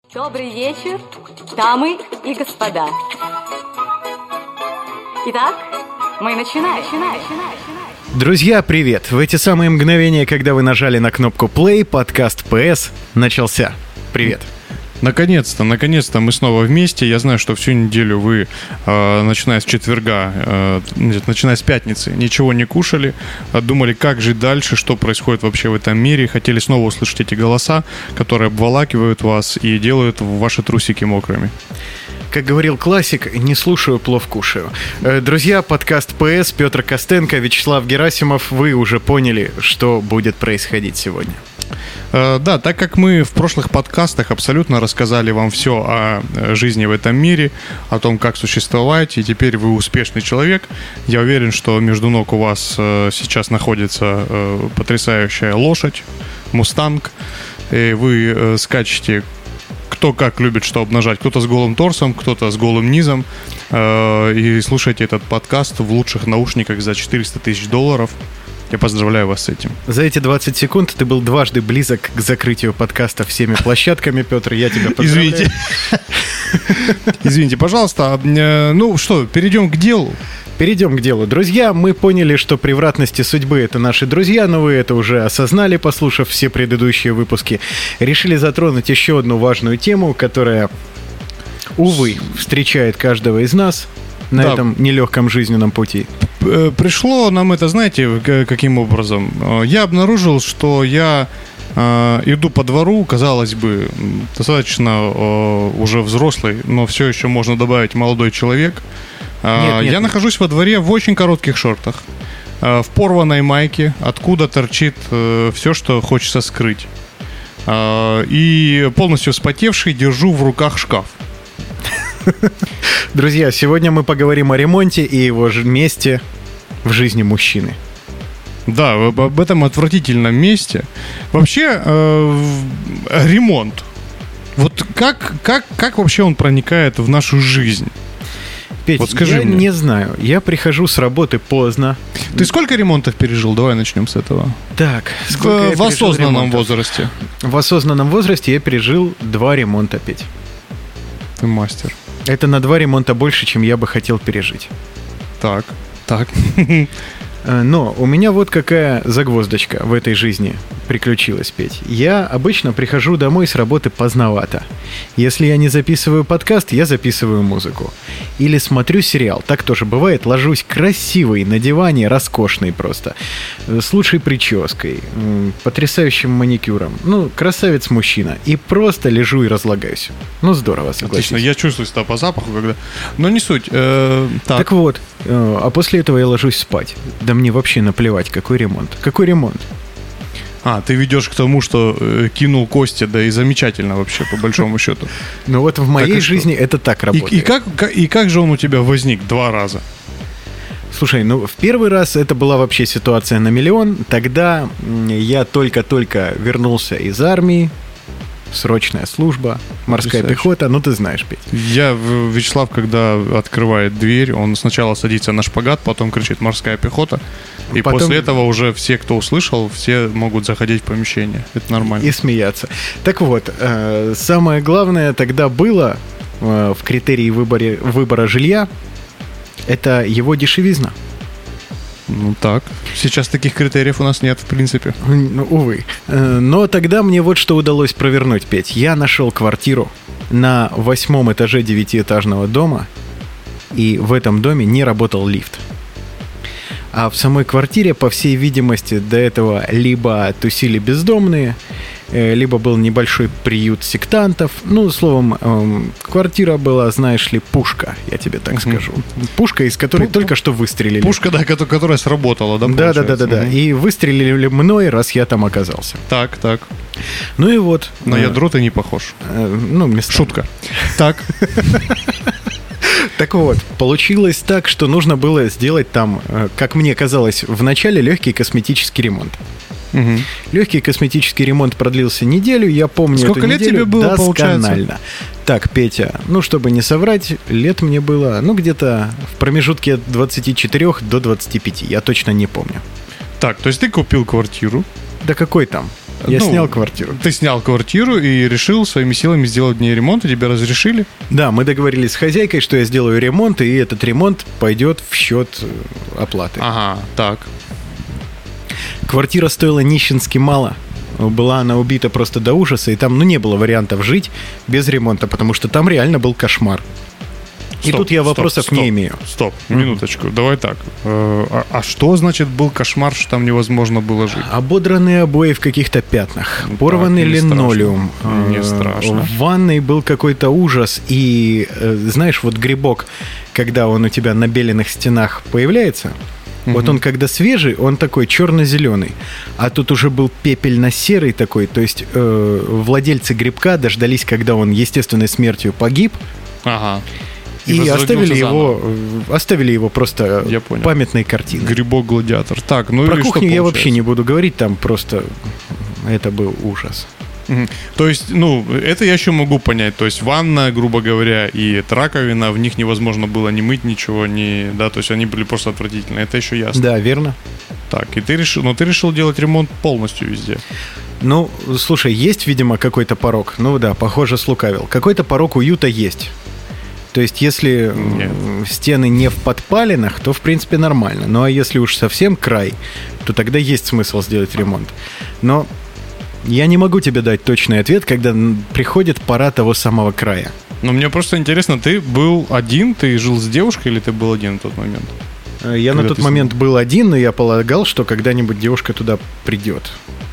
Добрый вечер, дамы и господа. Итак, мы начинаем. Друзья, привет! В эти самые мгновения, когда вы нажали на кнопку play, подкаст PS начался. Привет! Наконец-то мы снова вместе. Я знаю, что всю неделю вы, начиная с четверга, начиная с пятницы, ничего не кушали, думали, как жить дальше, что происходит вообще в этом мире, хотели снова услышать эти голоса, которые обволакивают вас и делают ваши трусики мокрыми. Как говорил классик, не слушаю, плов кушаю. Друзья, подкаст PS, Петр Костенко, Вячеслав Герасимов, вы уже поняли, что будет происходить сегодня. Да, так как мы в прошлых подкастах абсолютно рассказали вам все о жизни в этом мире, о том, как существовать, и теперь вы успешный человек, я уверен, что между ног у вас сейчас находится потрясающая лошадь, мустанг, и вы скачете, кто как любит что обнажать, кто-то с голым торсом, кто-то с голым низом, и слушайте этот подкаст в лучших наушниках за $400 тысяч. Я поздравляю вас с этим. За эти 20 секунд ты был дважды близок к закрытию подкаста всеми площадками, Петр, я тебя поздравляю. Извините, пожалуйста. Ну что, перейдем к делу. Перейдем к делу. Друзья, мы поняли, что превратности судьбы — это наши друзья, но вы это уже осознали, послушав все предыдущие выпуски. Решили затронуть еще одну важную тему, которая, увы, встречает каждого из нас на этом нелегком жизненном пути. Пришло нам это, знаете, каким образом? Я обнаружил, что я иду по двору, казалось бы, достаточно уже взрослый, но все еще можно добавить молодой человек. Я нахожусь во дворе в очень коротких шортах, в порванной майке, откуда торчит все, что хочется скрыть. И полностью вспотевший держу в руках шкаф. Друзья, сегодня мы поговорим о ремонте и его месте в жизни мужчины. Да, об этом отвратительном месте. Вообще, ремонт. Вот как вообще он проникает в нашу жизнь? Петь, вот скажи я мне. Не знаю. Я прихожу с работы поздно. Ты сколько ремонтов пережил? Давай начнем с этого. Так, в осознанном возрасте. В осознанном возрасте я пережил 2 ремонта, Петь. Ты мастер. Это на 2 ремонта больше, чем я бы хотел пережить. Так. Но у меня вот какая загвоздочка в этой жизни приключилась, Петь. Я обычно прихожу домой с работы поздновато. Если я не записываю подкаст, я записываю музыку. Или смотрю сериал. Так тоже бывает. Ложусь красивый на диване, роскошный просто. С лучшей прической, потрясающим маникюром. Ну, красавец-мужчина. И просто лежу и разлагаюсь. Ну, здорово, согласись. Отлично, я чувствую это по запаху, когда... Но не суть. Так вот, а после этого я ложусь спать. Да мне вообще наплевать, какой ремонт. Какой ремонт? Ты ведешь к тому, что кинул кости, да и замечательно вообще, по большому счету. Ну вот в моей жизни это так работает. И как же он у тебя возник 2 раза? Слушай, ну в первый раз это была вообще ситуация на миллион. Тогда я только-только вернулся из армии. Срочная служба, морская пехота, ну ты знаешь, Петь. Вячеслав, когда открывает дверь, он сначала садится на шпагат, потом кричит «морская пехота», и потом... после этого уже все, кто услышал, все могут заходить в помещение. Это нормально. И смеяться. Так вот, самое главное тогда было в критерии выбора жилья, это его дешевизна. Ну так. Сейчас таких критериев у нас нет, в принципе. Ну, увы. Но тогда мне вот что удалось провернуть, Петь. Я нашел квартиру на 8 этаже 9-этажного дома, и в этом доме не работал лифт. А в самой квартире, по всей видимости, до этого либо тусили бездомные, либо был небольшой приют сектантов. Ну, словом, квартира была, знаешь ли, пушка, я тебе так скажу. Пушка, из которой только что выстрелили. Пушка, да, которая сработала, да, получается? Да. И выстрелили мной, раз я там оказался. Так. Ну и вот. На ядро ты не похож. Ну, местами. Шутка. Так. Так вот, получилось так, что нужно было сделать там, как мне казалось, вначале легкий косметический ремонт. Угу. Легкий косметический ремонт продлился неделю, я помню Сколько эту лет неделю тебе было, досконально. получается? Так, Петя, ну, чтобы не соврать, лет мне было, ну, где-то в промежутке от 24 до 25, я точно не помню. Так, то есть ты купил квартиру? Да какой там? Я снял квартиру. Ты снял квартиру и решил своими силами сделать в ней ремонт, и тебе разрешили? Да, мы договорились с хозяйкой, что я сделаю ремонт, и этот ремонт пойдет в счет оплаты. Ага, так. Квартира стоила нищенски мало. Была она убита просто до ужаса, и там не было вариантов жить без ремонта, потому что там реально был кошмар. И тут я вопросов не имею. Стоп, минуточку, давай так. А что значит был кошмар, что там невозможно было жить? Ободранные обои в каких-то пятнах, порванный линолеум. Не страшно. В ванной был какой-то ужас. И знаешь, вот грибок, когда он у тебя на беленых стенах появляется, вот он когда свежий, он такой черно-зеленый. А тут уже был пепельно-серый такой. То есть владельцы грибка дождались, когда он естественной смертью погиб. Ага. И оставили его просто памятной картиной. Грибок-гладиатор. Так, ну про и кухню что я вообще не буду говорить, там просто это был ужас. То есть, это я еще могу понять. То есть ванна, грубо говоря, и раковина, в них невозможно было ни мыть ничего, то есть они были просто отвратительные. Это еще ясно. Да, верно. Так, и ты решил делать ремонт полностью везде. Слушай, есть, видимо, какой-то порог. Похоже, слукавил. Какой-то порог уюта есть. То есть, если стены не в подпалинах, то, в принципе, нормально. Ну, а если уж совсем край, то тогда есть смысл сделать ремонт. Но я не могу тебе дать точный ответ, когда приходит пора того самого края. Мне просто интересно, ты был один, ты жил с девушкой или ты был один в тот момент? Я на тот момент был один, но я полагал, что когда-нибудь девушка туда придет.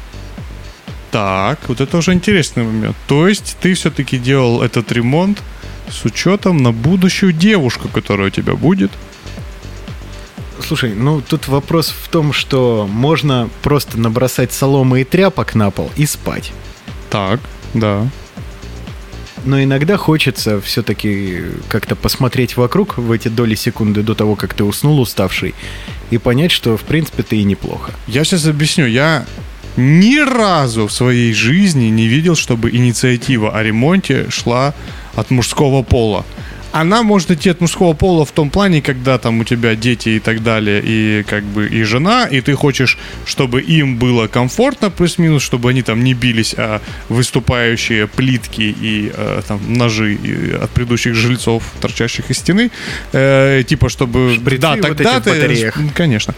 Так, вот это уже интересный момент. То есть, ты все-таки делал этот ремонт с учетом на будущую девушку, которая у тебя будет? Слушай, тут вопрос в том, что можно просто набросать соломы и тряпок на пол и спать. Так, да. Но иногда хочется все-таки как-то посмотреть вокруг в эти доли секунды до того, как ты уснул уставший, и понять, что, в принципе, ты и неплохо. Я сейчас объясню. Я ни разу в своей жизни не видел, чтобы инициатива о ремонте шла от мужского пола. Она может идти от мужского пола в том плане, когда там у тебя дети и так далее, и и жена, и ты хочешь, чтобы им было комфортно, плюс-минус, чтобы они там не бились о выступающие плитки и ножи от предыдущих жильцов, торчащих из стены. Чтобы... Шприцы тогда в батареях. Конечно.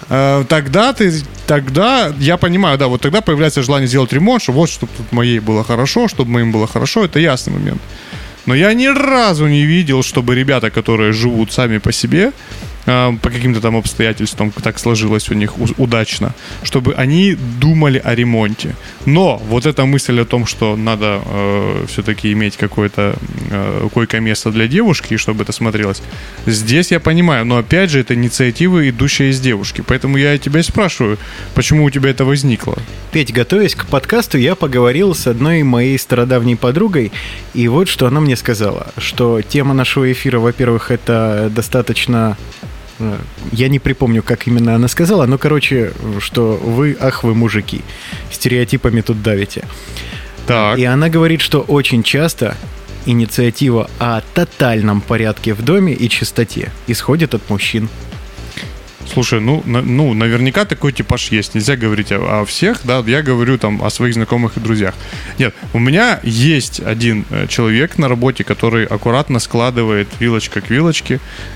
Тогда я понимаю, вот тогда появляется желание сделать ремонт, что чтобы тут моей было хорошо, чтобы моим было хорошо, это ясный момент. Но я ни разу не видел, чтобы ребята, которые живут сами по себе, по каким-то там обстоятельствам так сложилось у них удачно, чтобы они думали о ремонте. Но вот эта мысль о том, что надо все-таки иметь какое-то койко-место для девушки, и чтобы это смотрелось, здесь я понимаю. Но опять же, это инициатива, идущая из девушки. Поэтому я тебя и спрашиваю, почему у тебя это возникло? Петь, готовясь к подкасту, я поговорил с одной моей стародавней подругой, и вот что она мне сказала, что тема нашего эфира, во-первых, это достаточно... Я не припомню, как именно она сказала, но, что вы мужики, стереотипами тут давите. Так. И она говорит, что очень часто инициатива о тотальном порядке в доме и чистоте исходит от мужчин. Слушай, наверняка такой типаж есть. Нельзя говорить о всех, да, я говорю там о своих знакомых и друзьях. Нет, у меня есть один человек на работе, который аккуратно складывает вилочка к вилочке,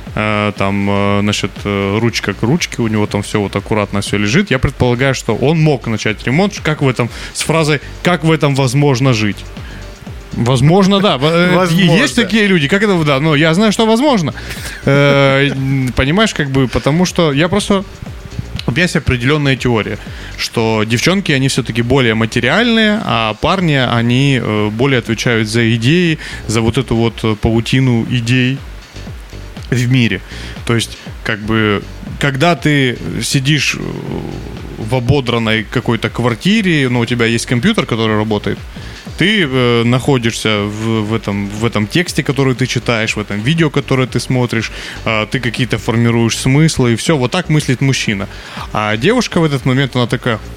ручка к ручке, у него там все вот аккуратно все лежит. Я предполагаю, что он мог начать ремонт, с фразой «как в этом возможно жить». Возможно, да. Возможно. Есть такие люди, как это, да, но я знаю, что возможно. Понимаешь, потому что у меня есть определенная теория, что девчонки, они все-таки более материальные, а парни, они более отвечают за идеи, за вот эту вот паутину идей в мире. То есть, когда ты сидишь в ободранной какой-то квартире, у тебя есть компьютер, который работает, ты находишься в этом тексте, который ты читаешь, в этом видео, которое ты смотришь, ты какие-то формируешь смыслы, и все. Вот так мыслит мужчина. А девушка в этот момент, она такая: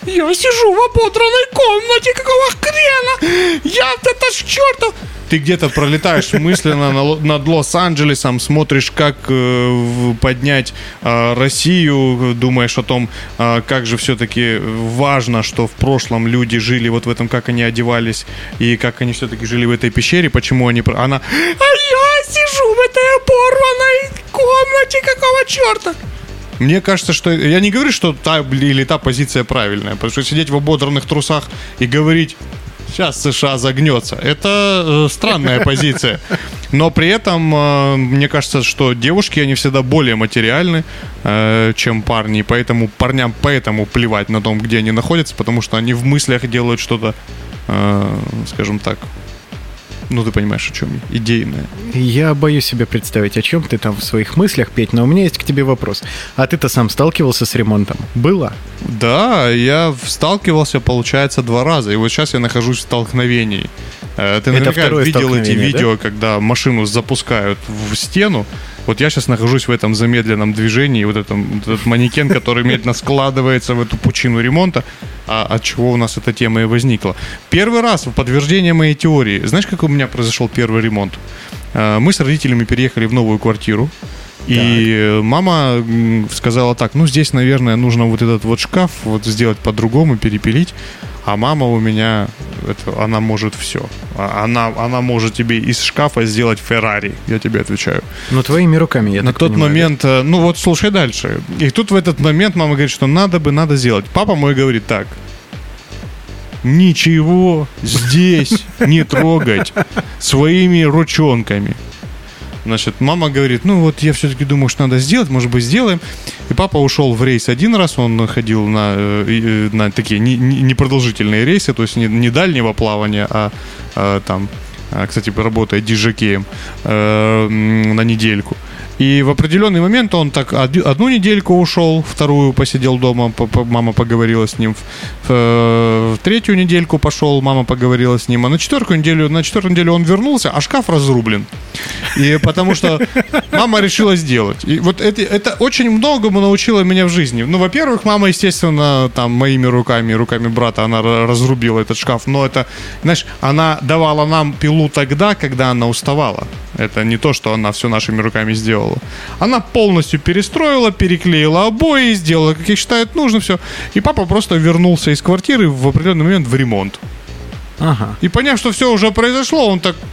Я сижу в ободранной комнате, какого хрена? Это ж чертов... Ты где-то пролетаешь мысленно над Лос-Анджелесом, смотришь, как поднять Россию, думаешь о том, как же все-таки важно, что в прошлом люди жили вот в этом, как они одевались, и как они все-таки жили в этой пещере, почему они... А я сижу в этой оборванной комнате, какого черта? Мне кажется, что... Я не говорю, что та или та позиция правильная, потому что сидеть в ободранных трусах и говорить... Сейчас США загнется. Это странная позиция. Но при этом, мне кажется, что девушки, они всегда более материальны, чем парни. И поэтому парням плевать на том, где они находятся, потому что они в мыслях делают что-то, скажем так, ну, ты понимаешь, о чем я, идейное. Я боюсь себе представить, о чем ты там в своих мыслях, Петь, но у меня есть к тебе вопрос. А ты-то сам сталкивался с ремонтом? Было? Да, я сталкивался, получается, 2 раза. И вот сейчас я нахожусь в столкновении. Ты наверняка видел эти видео, да? Когда машину запускают в стену. Вот я сейчас нахожусь в этом замедленном движении, вот этот манекен, который медленно складывается в эту пучину ремонта, от чего у нас эта тема и возникла. Первый раз в подтверждение моей теории. Знаешь, как у меня произошел первый ремонт? Мы с родителями переехали в новую квартиру, и мама сказала так, ну здесь, наверное, нужно вот этот вот шкаф вот сделать по-другому, перепилить. А мама у меня, она может все. Она может тебе из шкафа сделать Феррари, я тебе отвечаю. Но твоими руками, я на так тот понимаю, момент, да? Ну вот слушай дальше. И тут в этот момент мама говорит, что надо сделать. Папа мой говорит так: ничего здесь не трогать своими ручонками. Значит, мама говорит, ну вот я все-таки думаю, что надо сделать, может быть, сделаем. И папа ушел в рейс один раз, он ходил на такие непродолжительные рейсы, то есть не дальнего плавания, а там, кстати, работает диджокеем на недельку. И в определенный момент он так 1 недельку ушел, 2 посидел дома, мама поговорила с ним, в 3 недельку пошел, мама поговорила с ним, а на 4 неделю он вернулся, а шкаф разрублен. И потому что мама решила сделать. И вот это очень многому научило меня в жизни. Ну, во-первых, мама, естественно, там моими руками брата, она разрубила этот шкаф. Но это, знаешь, она давала нам пилу тогда, когда она уставала. Это не то, что она все нашими руками сделала. Она полностью перестроила, переклеила обои, сделала, как ей считает нужно, все. И папа просто вернулся из квартиры в определенный момент в ремонт. Ага. И поняв, что все уже произошло, он так...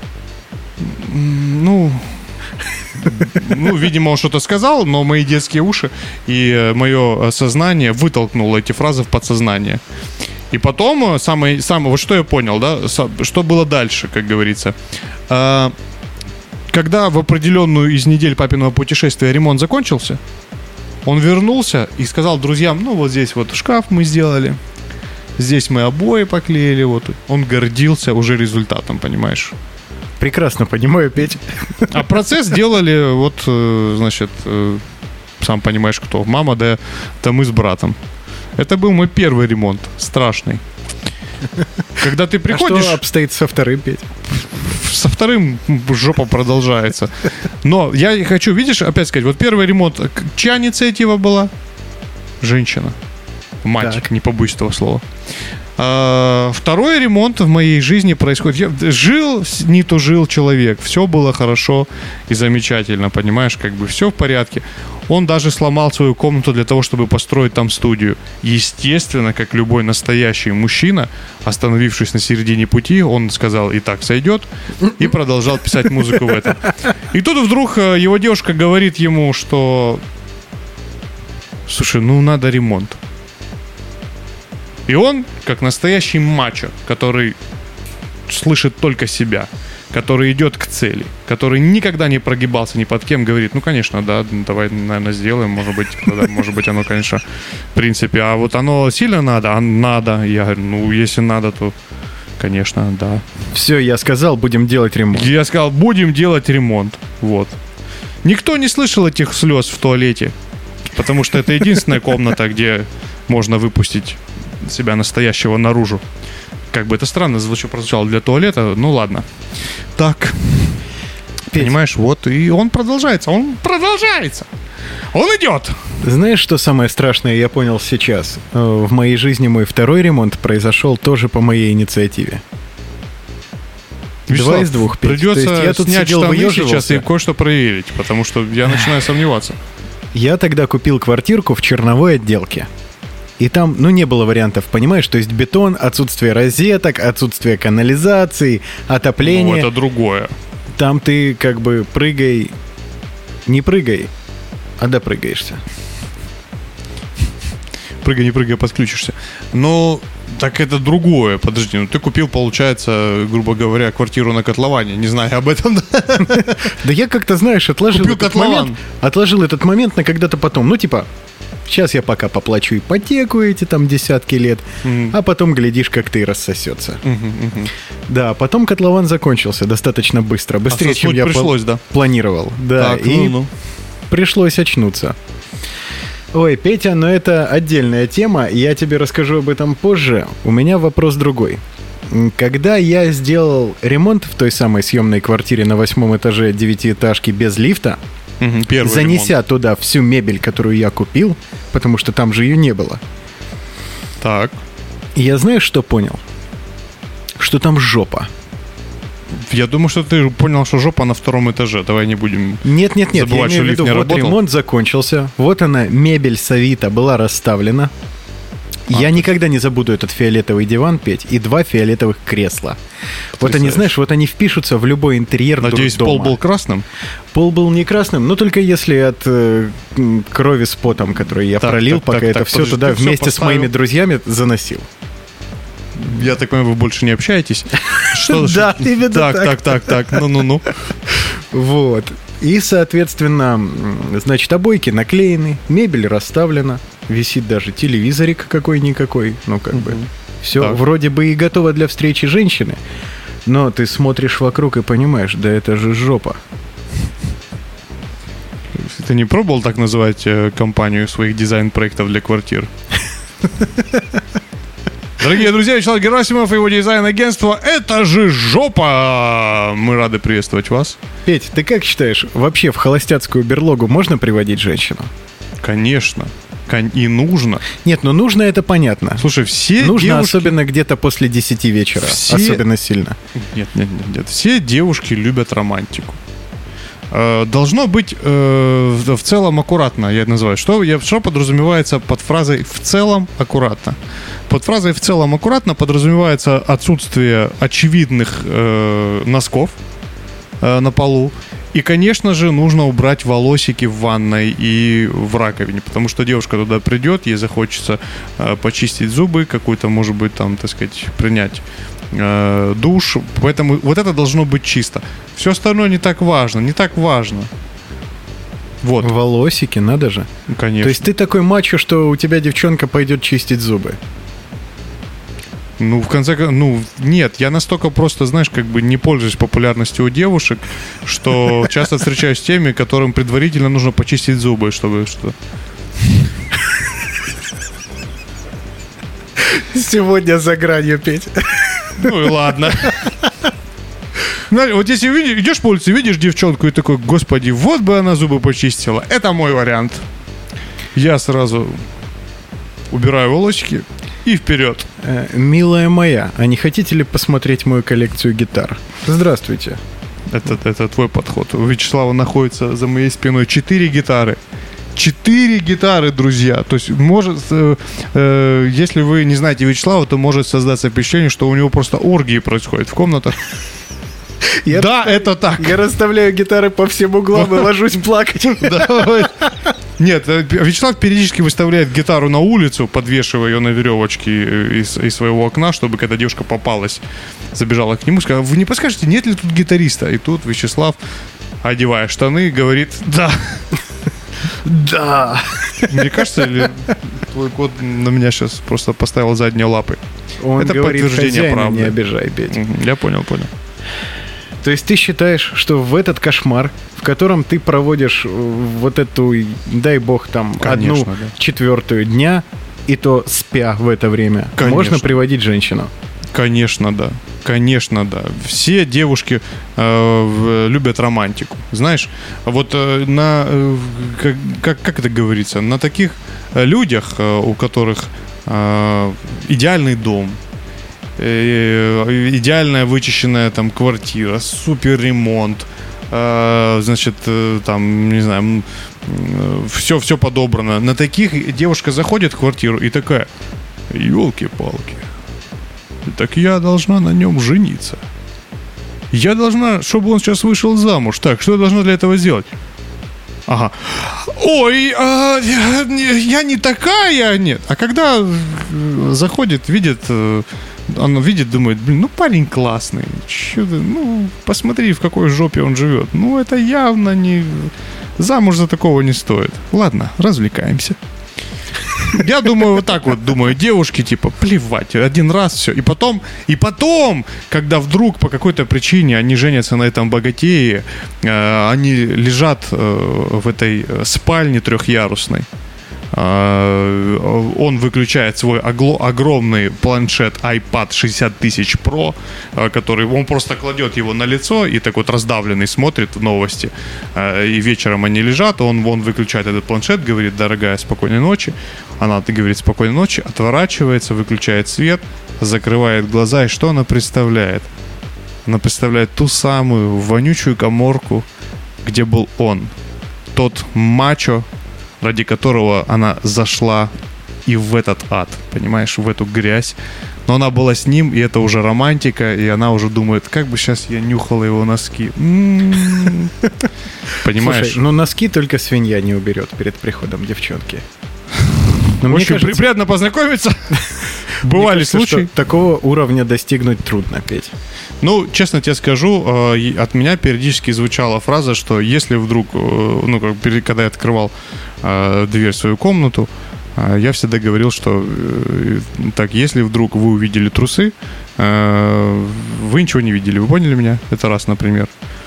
Ну, видимо, он что-то сказал, но мои детские уши и мое сознание вытолкнуло эти фразы в подсознание. И потом, самое, вот что я понял, да, что было дальше, как говорится. Когда в определенную из недель папиного путешествия ремонт закончился, он вернулся и сказал друзьям, ну вот здесь вот шкаф мы сделали, здесь мы обои поклеили, вот. Он гордился уже результатом, понимаешь? Прекрасно понимаю, Петь. А процесс делали, вот, значит, сам понимаешь кто, мама, да мы с братом. Это был мой первый ремонт, страшный. Когда ты приходишь... А что обстоит со вторым, Петь? Со вторым жопа продолжается. Но я хочу, видишь, опять сказать, вот первый ремонт, чья инициатива была? Женщина. Мать, так. Не побоюсь этого слова. Второй ремонт в моей жизни происходит. Жил человек, все было хорошо и замечательно, понимаешь, как бы все в порядке. Он даже сломал свою комнату для того, чтобы построить там студию. Естественно, как любой настоящий мужчина, остановившись на середине пути, он сказал, и так сойдет, и продолжал писать музыку в этом. И тут вдруг его девушка говорит ему, что слушай, надо ремонт. И он, как настоящий мачо, который слышит только себя, который идет к цели, который никогда не прогибался ни под кем, говорит, конечно, да, давай, наверное, сделаем, может быть, оно, конечно, в принципе, а вот оно сильно надо? Надо. Я говорю, если надо, то, конечно, да. Все, я сказал, будем делать ремонт. Я сказал, будем делать ремонт, вот. Никто не слышал этих слез в туалете, потому что это единственная комната, где можно выпустить себя настоящего наружу. Как бы это странно прозвучало для туалета, ладно. Так. Петь. Понимаешь, вот, и он продолжается. Он идет. Знаешь, что самое страшное, я понял сейчас? В моей жизни мой второй ремонт произошел тоже по моей инициативе. Вячеслав, 2 из 2, Петь. придется То есть я тут снять сидел, штаны выеживался. сейчас и кое-что проверить, потому что я начинаю сомневаться. Я тогда купил квартирку в черновой отделке. И там, не было вариантов, понимаешь? То есть бетон, отсутствие розеток, отсутствие канализации, отопление. Это другое. Там ты как бы не прыгай, а допрыгаешься. Прыгай, не прыгай, подключишься. Но так это другое. Подожди, ты купил, получается, грубо говоря, квартиру на котловане. Не знаю об этом. Да я как-то, знаешь, отложил Купил этот котлован. момент. Отложил этот момент на когда-то потом. Сейчас я пока поплачу ипотеку эти там десятки лет, а потом, глядишь, как ты и рассосется. Да, потом котлован закончился достаточно быстро. Быстрее, чем я пришлось, да? планировал. Да, Так, и пришлось очнуться. Ой, Петя, но это отдельная тема. Я тебе расскажу об этом позже. У меня вопрос другой. Когда я сделал ремонт в той самой съемной квартире на 8 этаже 9-этажки без лифта, Первый занеся ремонт. туда всю мебель, которую я купил, потому что там же ее не было, Так. и я знаешь, что понял? Что там жопа. Я думаю, что ты понял, что жопа на втором этаже. Давай не будем... Нет, я Забывать, что имею в лифт виду, не вот работал? ремонт закончился, вот она, мебель с Авито была расставлена. Я никогда не забуду этот фиолетовый диван, Петь, и 2 фиолетовых кресла. Вот они, знаешь, вот они впишутся в любой интерьер Надеюсь, дурдома. пол был красным? Пол был не красным, но только если от крови с потом, который я пролил, пока это все подожди, туда ты всё вместе с моими поставил? друзьями заносил. Я так понимаю, вы больше не общаетесь? Да, именно Так. Ну. Вот. И, соответственно, значит, обойки наклеены, мебель расставлена, висит даже телевизорик какой-никакой, Все Так. вроде бы и готово для встречи женщины, но ты смотришь вокруг и понимаешь, да это же жопа. Ты не пробовал так называть компанию своих дизайн-проектов для квартир? Дорогие друзья, Вячеслав Герасимов и его дизайн-агентство «Это же жопа!» Мы рады приветствовать вас. Петь, ты как считаешь, вообще в холостяцкую берлогу можно приводить женщину? Конечно. И нужно. Нет, нужно, это понятно. Слушай, все Нужно, девушки... особенно где-то после 10 вечера. Все- Особенно сильно. Нет. Все девушки любят романтику. Должно быть в целом аккуратно, я это называю. Что подразумевается под фразой «в целом аккуратно»? Под фразой «в целом аккуратно» подразумевается отсутствие очевидных носков на полу. И, конечно же, нужно убрать волосики в ванной и в раковине, потому что девушка туда придет, ей захочется почистить зубы, какой-то, может быть, там, так сказать, принять душ. Поэтому вот это должно быть чисто. Все остальное не так важно. Вот, Волосики, надо же. конечно. То есть ты такой мачо, что у тебя девчонка пойдет чистить зубы. В конце концов, нет, я настолько просто, знаешь, не пользуюсь популярностью у девушек, что часто встречаюсь с теми, которым предварительно нужно почистить зубы, чтобы что... Сегодня за гранью, Петь. Ну и ладно. Знаешь, вот если идешь по улице, видишь девчонку и такой: господи, вот бы она зубы почистила. Это мой вариант. Я сразу убираю волосики и вперед. Милая моя, а не хотите ли посмотреть мою коллекцию гитар? Здравствуйте. Это твой подход. У Вячеслава находится за моей спиной 4 гитары. 4 гитары, друзья. То есть, если вы не знаете Вячеслава, то может создаться впечатление, что у него просто оргии происходят в комнатах. Да, это так. Я расставляю гитары по всем углам и ложусь плакать. Нет, Вячеслав периодически выставляет гитару на улицу, подвешивая ее на веревочке из своего окна, чтобы когда девушка попалась, забежала к нему, сказала: вы не подскажете, нет ли тут гитариста? И тут Вячеслав, одевая штаны, говорит: да. Да. Мне кажется, или твой кот на меня сейчас просто поставил задние лапы? Он Это говорит: подтверждение хозяина правды. не обижай, Петь. Я понял. То есть ты считаешь, что в этот кошмар, в котором ты проводишь вот эту, дай бог, там, Конечно, 1/4 дня, и то спя в это время, Конечно. можно приводить женщину? Конечно, да. Конечно, да. Все девушки любят романтику. Знаешь, вот как это говорится, на таких людях, у которых идеальный дом, идеальная вычищенная там квартира, супер ремонт, значит, там, не знаю, все подобрано. На таких девушка заходит в квартиру и такая: елки-палки, так я должна на нем жениться. Я должна, чтобы он сейчас вышел замуж. Так, что я должна для этого сделать? Ага. Ой, я не такая, нет. А когда заходит, видит, он видит, думает: блин, ну парень классный. Чё-то, ну, посмотри, в какой жопе он живет. Ну, это явно не... Замуж за такого не стоит. Ладно, развлекаемся. Я думаю, вот так вот думаю, девушки, типа, плевать, один раз все. И потом, когда вдруг по какой-то причине они женятся на этом богатее, они лежат в этой спальне трехъярусной, он выключает свой огромный планшет iPad 60 тысяч Pro, который он просто кладет его на лицо и так вот раздавленный смотрит в новости. И вечером они лежат, он выключает этот планшет, говорит: дорогая, спокойной ночи. Она говорит: спокойной ночи, отворачивается, выключает свет, закрывает глаза. И что она представляет? Она представляет ту самую вонючую каморку, где был он. Тот мачо, ради которого она зашла и в этот ад, понимаешь, в эту грязь. Но она была с ним, и это уже романтика, и она уже думает: как бы сейчас я нюхала его носки. Понимаешь? Слушай, ну носки только свинья не уберет перед приходом девчонки. В общем, приятно познакомиться. Бывали случаи. Такого уровня достигнуть трудно, Петь. Ну, честно тебе скажу, от меня периодически звучала фраза, что если вдруг, когда я открывал дверь в свою комнату, я всегда говорил, что так, если вдруг вы увидели трусы, вы ничего не видели. Вы поняли меня? Это раз, например.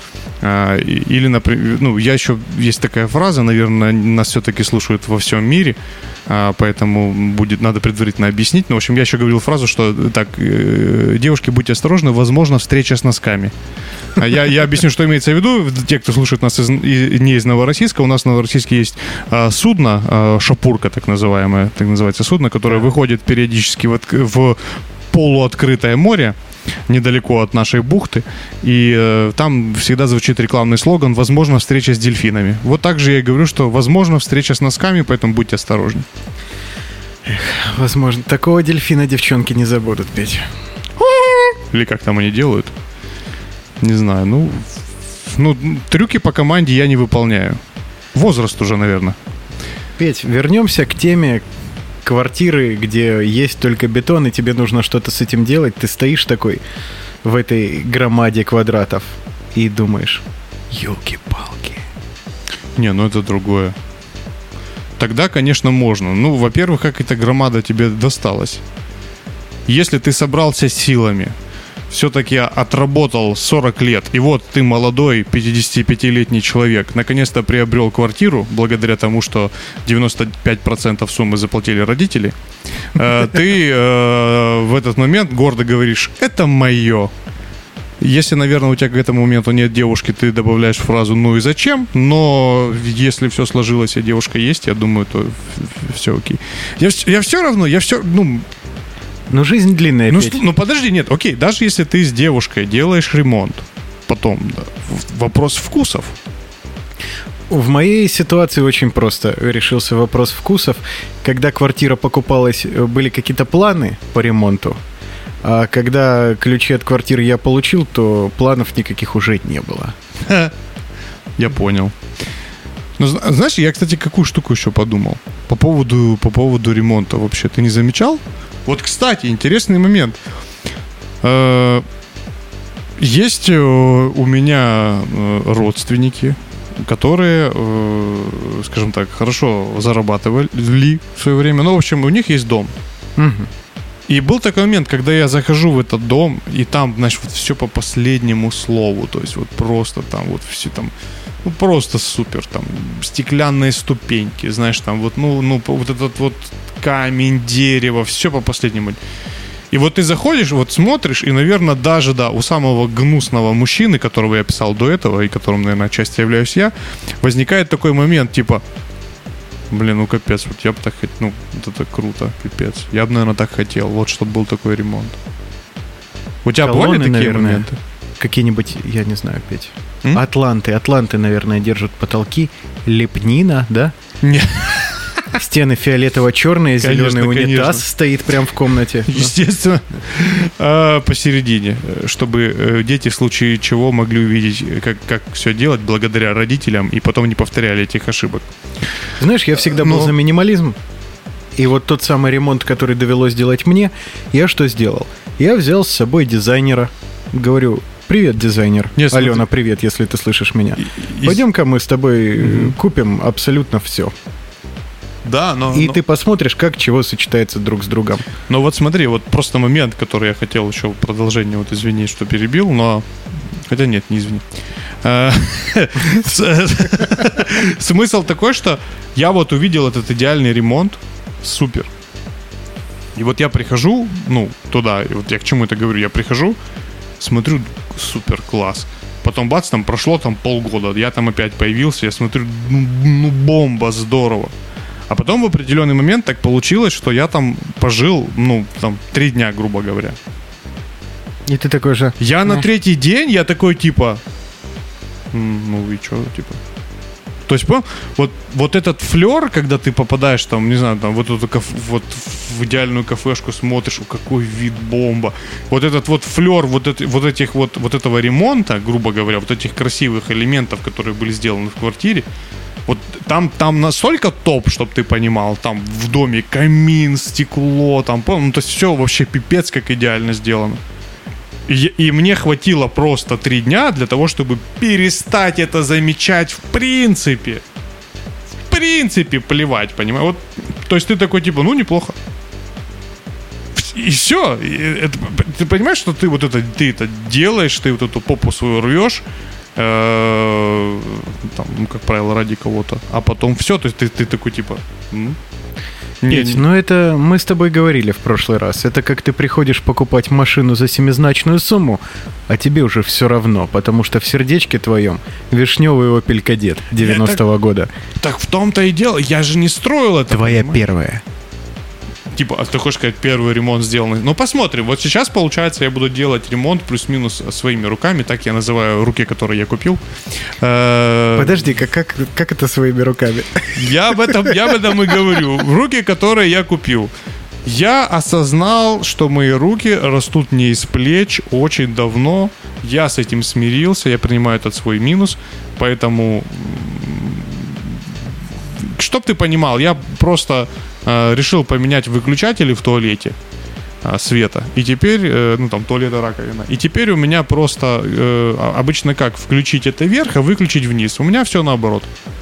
Или, например, я еще... Есть такая фраза, наверное, нас все-таки слушают во всем мире, поэтому надо предварительно объяснить. Но, в общем, я еще говорил фразу, что так, девушки, будьте осторожны, возможно, встреча с носками. Я объясню, что имеется в виду. Те, кто слушает нас не из Новороссийска, у нас в Новороссийске есть судно, шапурка так называемое, так называется судно, которое выходит периодически в полуоткрытое море, недалеко от нашей бухты, и там всегда звучит рекламный слоган: возможно, встреча с дельфинами. Вот так же я и говорю, что возможно встреча с носками, поэтому будьте осторожны. Возможно, такого дельфина девчонки не забудут, Петь. Или как там они делают? Не знаю, ну трюки по команде я не выполняю. Возраст уже, наверное. Петь, вернемся к теме квартиры, где есть только бетон, и тебе нужно что-то с этим делать. Ты стоишь такой в этой громаде квадратов и думаешь: елки-палки. Не, ну это другое. Тогда, конечно, можно. Ну, во-первых, как эта громада тебе досталась? Если ты собрался силами, все-таки отработал 40 лет, и вот ты молодой, 55-летний человек, наконец-то приобрел квартиру, благодаря тому, что 95% суммы заплатили родители, ты в этот момент гордо говоришь: это мое. Если, наверное, у тебя к этому моменту нет девушки, ты добавляешь фразу: ну и зачем? Но если все сложилось, и девушка есть, я думаю, то все окей. Я все равно, Ну, жизнь длинная, Петь. Ну, подожди, нет, окей, даже если ты с девушкой делаешь ремонт, потом, да, вопрос вкусов. В моей ситуации очень просто решился вопрос вкусов. Когда квартира покупалась, были какие-то планы по ремонту, а когда ключи от квартиры я получил, то планов никаких уже не было. Я понял. Ну, знаешь, я, кстати, какую штуку еще подумал по поводу ремонта вообще. Ты не замечал? Вот, кстати, интересный момент. Есть у меня родственники, которые, скажем так, хорошо зарабатывали в свое время. Ну, в общем, у них есть дом. Угу. И был такой момент, когда я захожу в этот дом, и там, значит, вот все по последнему слову. То есть вот просто там вот все там... Ну, просто супер, там, стеклянные ступеньки, знаешь, там, вот, вот этот вот камень, дерево, все по последнему. И И вот ты заходишь, вот смотришь, и, наверное, даже, да, у самого гнусного мужчины, которого я писал до этого, и которым, наверное, отчасти являюсь я, возникает такой момент, типа, блин, ну капец, вот я бы так хотел, ну, вот это круто, пипец. Я бы, наверное, так хотел, вот, чтобы был такой ремонт. У тебя Колонны, бывали такие наверное, моменты? Какие-нибудь, я не знаю, Петь. Атланты, наверное, держат потолки. Лепнина, да? Нет. Стены фиолетово-черные, Конечно, зеленый унитаз конечно. стоит прямо в комнате. Естественно, посередине, чтобы дети в случае чего могли увидеть, как все делать благодаря родителям, и потом не повторяли этих ошибок. Знаешь, я всегда был за минимализм. И вот тот самый ремонт, который довелось делать мне, я что сделал? Я взял с собой дизайнера. Говорю: привет, дизайнер. Нет, Алена, смотри. привет, если ты слышишь меня. Пойдем-ка мы с тобой купим абсолютно все. Да, но... И ты посмотришь, как чего сочетается друг с другом. Но вот смотри, вот просто момент, который я хотел еще в продолжение, вот извини, что перебил, но... Хотя нет, не извини. Смысл такой, что я вот увидел этот идеальный ремонт, супер. И вот я прихожу, ну, туда, и вот я к чему это говорю, я прихожу, смотрю, супер, класс. Потом бац, там прошло там полгода, я там опять появился, я смотрю, ну бомба, здорово. А потом в определенный момент так получилось, что я там пожил, ну, там, 3 дня, грубо говоря. И ты такой же... Я на 3-й день, я такой, типа... Ну и что, типа... То есть, понял, вот этот флер, когда ты попадаешь там, не знаю, там, вот в идеальную кафешку смотришь, какой вид, бомба. Вот этот вот флер вот этого ремонта, грубо говоря, вот этих красивых элементов, которые были сделаны в квартире, вот там настолько топ, чтобы ты понимал, там в доме камин, стекло, там, ну, то есть все вообще пипец как идеально сделано. И мне хватило просто 3 дня для того, чтобы перестать это замечать в принципе. В принципе плевать, понимаешь? Вот, то есть ты такой типа, ну неплохо. И все. Ты понимаешь, что ты ты это делаешь, ты вот эту попу свою рвешь, там, ну, как правило, ради кого-то. А потом все, то есть ты такой типа... Петь, ну это мы с тобой говорили в прошлый раз. Это как ты приходишь покупать машину за 7-значную сумму, а тебе уже все равно, потому что в сердечке твоем вишневый Opel Kadett 90-го года. Так в том-то и дело, я же не строил это. Твоя понимаешь? первая. Типа, а ты хочешь сказать, первый ремонт сделанный? Ну, посмотрим. Вот сейчас, получается, я буду делать ремонт плюс-минус своими руками. Так я называю руки, которые я купил. Подожди, как это своими руками? Я об этом и говорю. Руки, которые я купил. Я осознал, что мои руки растут не из плеч очень давно. Я с этим смирился. Я принимаю этот свой минус. Поэтому... Чтоб ты понимал, я просто... решил поменять выключатели в туалете света. И теперь, ну там туалет и раковина. И теперь у меня просто обычно как включить это вверх, а выключить вниз. У меня все наоборот.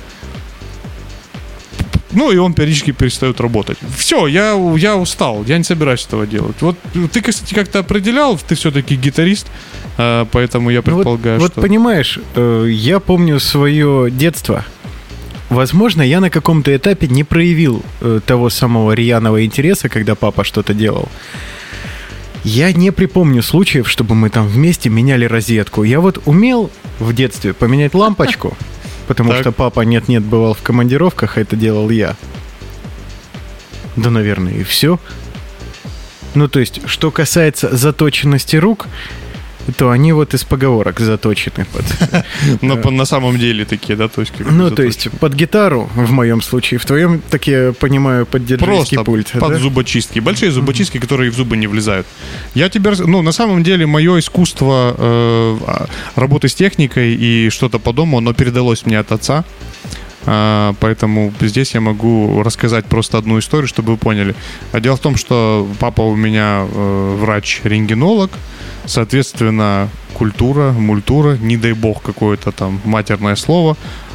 Ну и он периодически перестает работать. Все, я устал, я не собираюсь этого делать. Вот ты, кстати, как-то определял, ты все-таки гитарист, поэтому я предполагаю, что... Вот понимаешь, я помню свое детство. Возможно, я на каком-то этапе не проявил того самого рьяного интереса, когда папа что-то делал. Я не припомню случаев, чтобы мы там вместе меняли розетку. Я вот умел в детстве поменять лампочку, потому что папа нет-нет бывал в командировках, а это делал я. Да, наверное, и все. Ну, то есть, что касается заточенности рук, то они вот из поговорок заточены под... Но на самом деле такие, да? То есть, ну, то есть под гитару, в моем случае, в твоем, так я понимаю, под диджейский пульт. Просто под зубочистки. Большие зубочистки, которые в зубы не влезают. Я тебе... Ну, на самом деле, мое искусство работы с техникой и что-то по дому, оно передалось мне от отца. Поэтому здесь я могу рассказать просто одну историю, чтобы вы поняли. Дело в том, что папа у меня врач-рентгенолог. Соответственно, культура, мультура, не дай бог какое-то там матерное слово,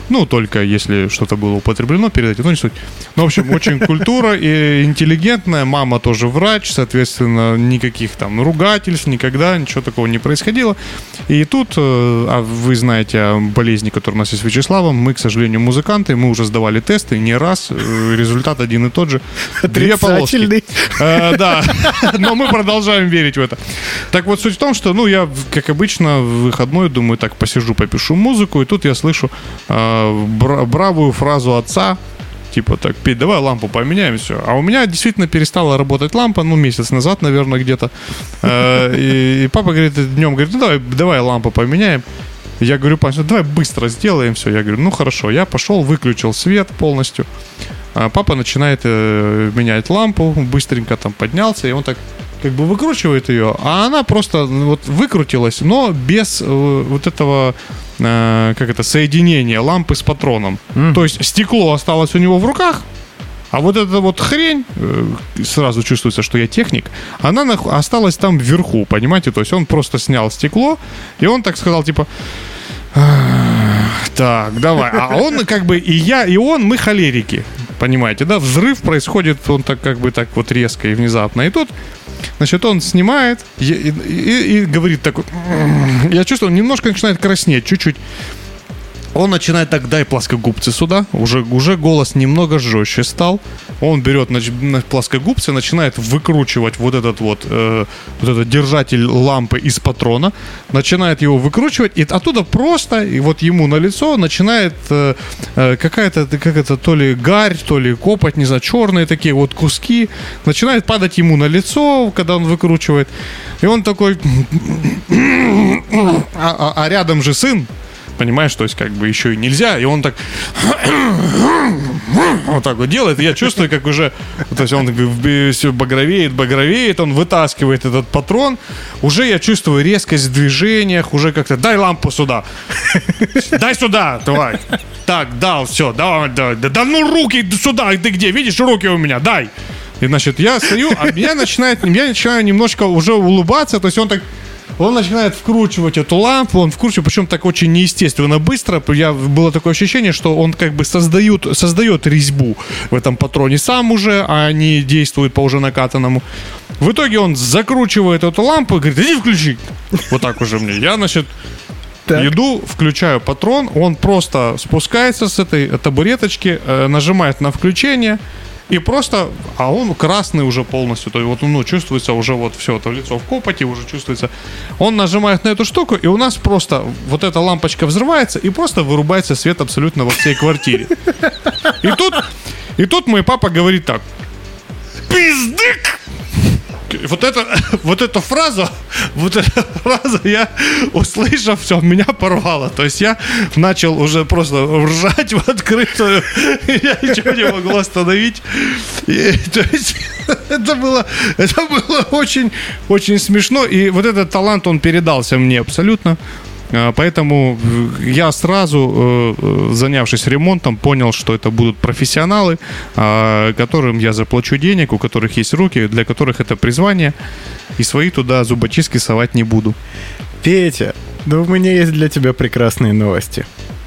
Ну, только если что-то было употреблено перед этим, ну, не суть. Ну, в общем, очень культура и интеллигентная. Мама тоже врач, соответственно, никаких там ругательств, никогда ничего такого не происходило. И тут, а вы знаете о болезни, которая у нас есть с Вячеславом, мы, к сожалению, музыканты, мы уже сдавали тесты не раз, результат один и тот же. Две полоски. Да, но мы продолжаем верить в это. Так вот, суть в том, что, ну, я, как обычно, в выходной, думаю, так, посижу, попишу музыку, и тут я слышу бравую фразу отца, типа, так, Петь, давай лампу поменяем, все. А у меня действительно перестала работать лампа, ну, месяц назад, наверное, где-то. И папа говорит, днем, говорит, ну, давай лампу поменяем. Я говорю, папа, давай быстро сделаем все. Я говорю, ну, хорошо. Я пошел, выключил свет полностью. Папа начинает менять лампу, быстренько там поднялся, и он так как бы выкручивает ее, а она просто вот выкрутилась, но без вот этого, как это, соединения лампы с патроном. То есть стекло осталось у него в руках, а вот эта вот хрень, сразу чувствуется, что я техник, она осталась там вверху, понимаете? То есть он просто снял стекло, и он так сказал, типа... Так, давай. А он как бы и я, и он, мы холерики. Понимаете, да? Взрыв происходит, он так как бы так вот резко и внезапно. И тут, значит, он снимает и говорит такой... Я чувствую, он немножко начинает краснеть, чуть-чуть. Он начинает так, дай плоскогубцы сюда. Уже голос немного жестче стал. Он берет на плоскогубцы, начинает выкручивать вот этот вот этот держатель лампы из патрона. Начинает его выкручивать. И оттуда просто, и вот ему на лицо начинает какая-то, как это, то ли гарь, то ли копоть, не знаю, черные такие вот куски. Начинает падать ему на лицо, когда он выкручивает. И он такой... А рядом же сын. Понимаешь, то есть как бы еще и нельзя, и он так вот так вот делает, и я чувствую, как уже, то есть он все багровеет, он вытаскивает этот патрон, уже я чувствую резкость в движениях, уже как-то, дай лампу сюда, дай сюда, давай, так, дал, все, давай, да ну руки сюда, ты где, видишь, руки у меня, дай, и значит, я стою, а я начинаю немножко уже улыбаться, то есть он начинает вкручивать эту лампу, причем так очень неестественно быстро. Было такое ощущение, что он как бы создает резьбу в этом патроне сам уже, а они действуют по уже накатанному. В итоге он закручивает эту лампу и говорит, иди включи. Вот так уже мне. Я, значит, иду, включаю патрон, он просто спускается с этой табуреточки, нажимает на включение. И просто, а он красный уже полностью, то есть вот, ну, чувствуется уже вот все, это лицо в копоти уже чувствуется. Он нажимает на эту штуку, и у нас просто вот эта лампочка взрывается, и просто вырубается свет абсолютно во всей квартире. И тут мой папа говорит так: пиздык! Вот эту фразу я, услышав, все, меня порвало. То есть я начал уже просто ржать в открытую. Я ничего не могу остановить. То есть это было очень, очень смешно. И вот этот талант, он передался мне абсолютно. Поэтому я сразу, занявшись ремонтом, понял, что это будут профессионалы, которым я заплачу денег, у которых есть руки, для которых это призвание, и свои туда зубочистки совать не буду. Петя, ну у меня есть для тебя прекрасные новости.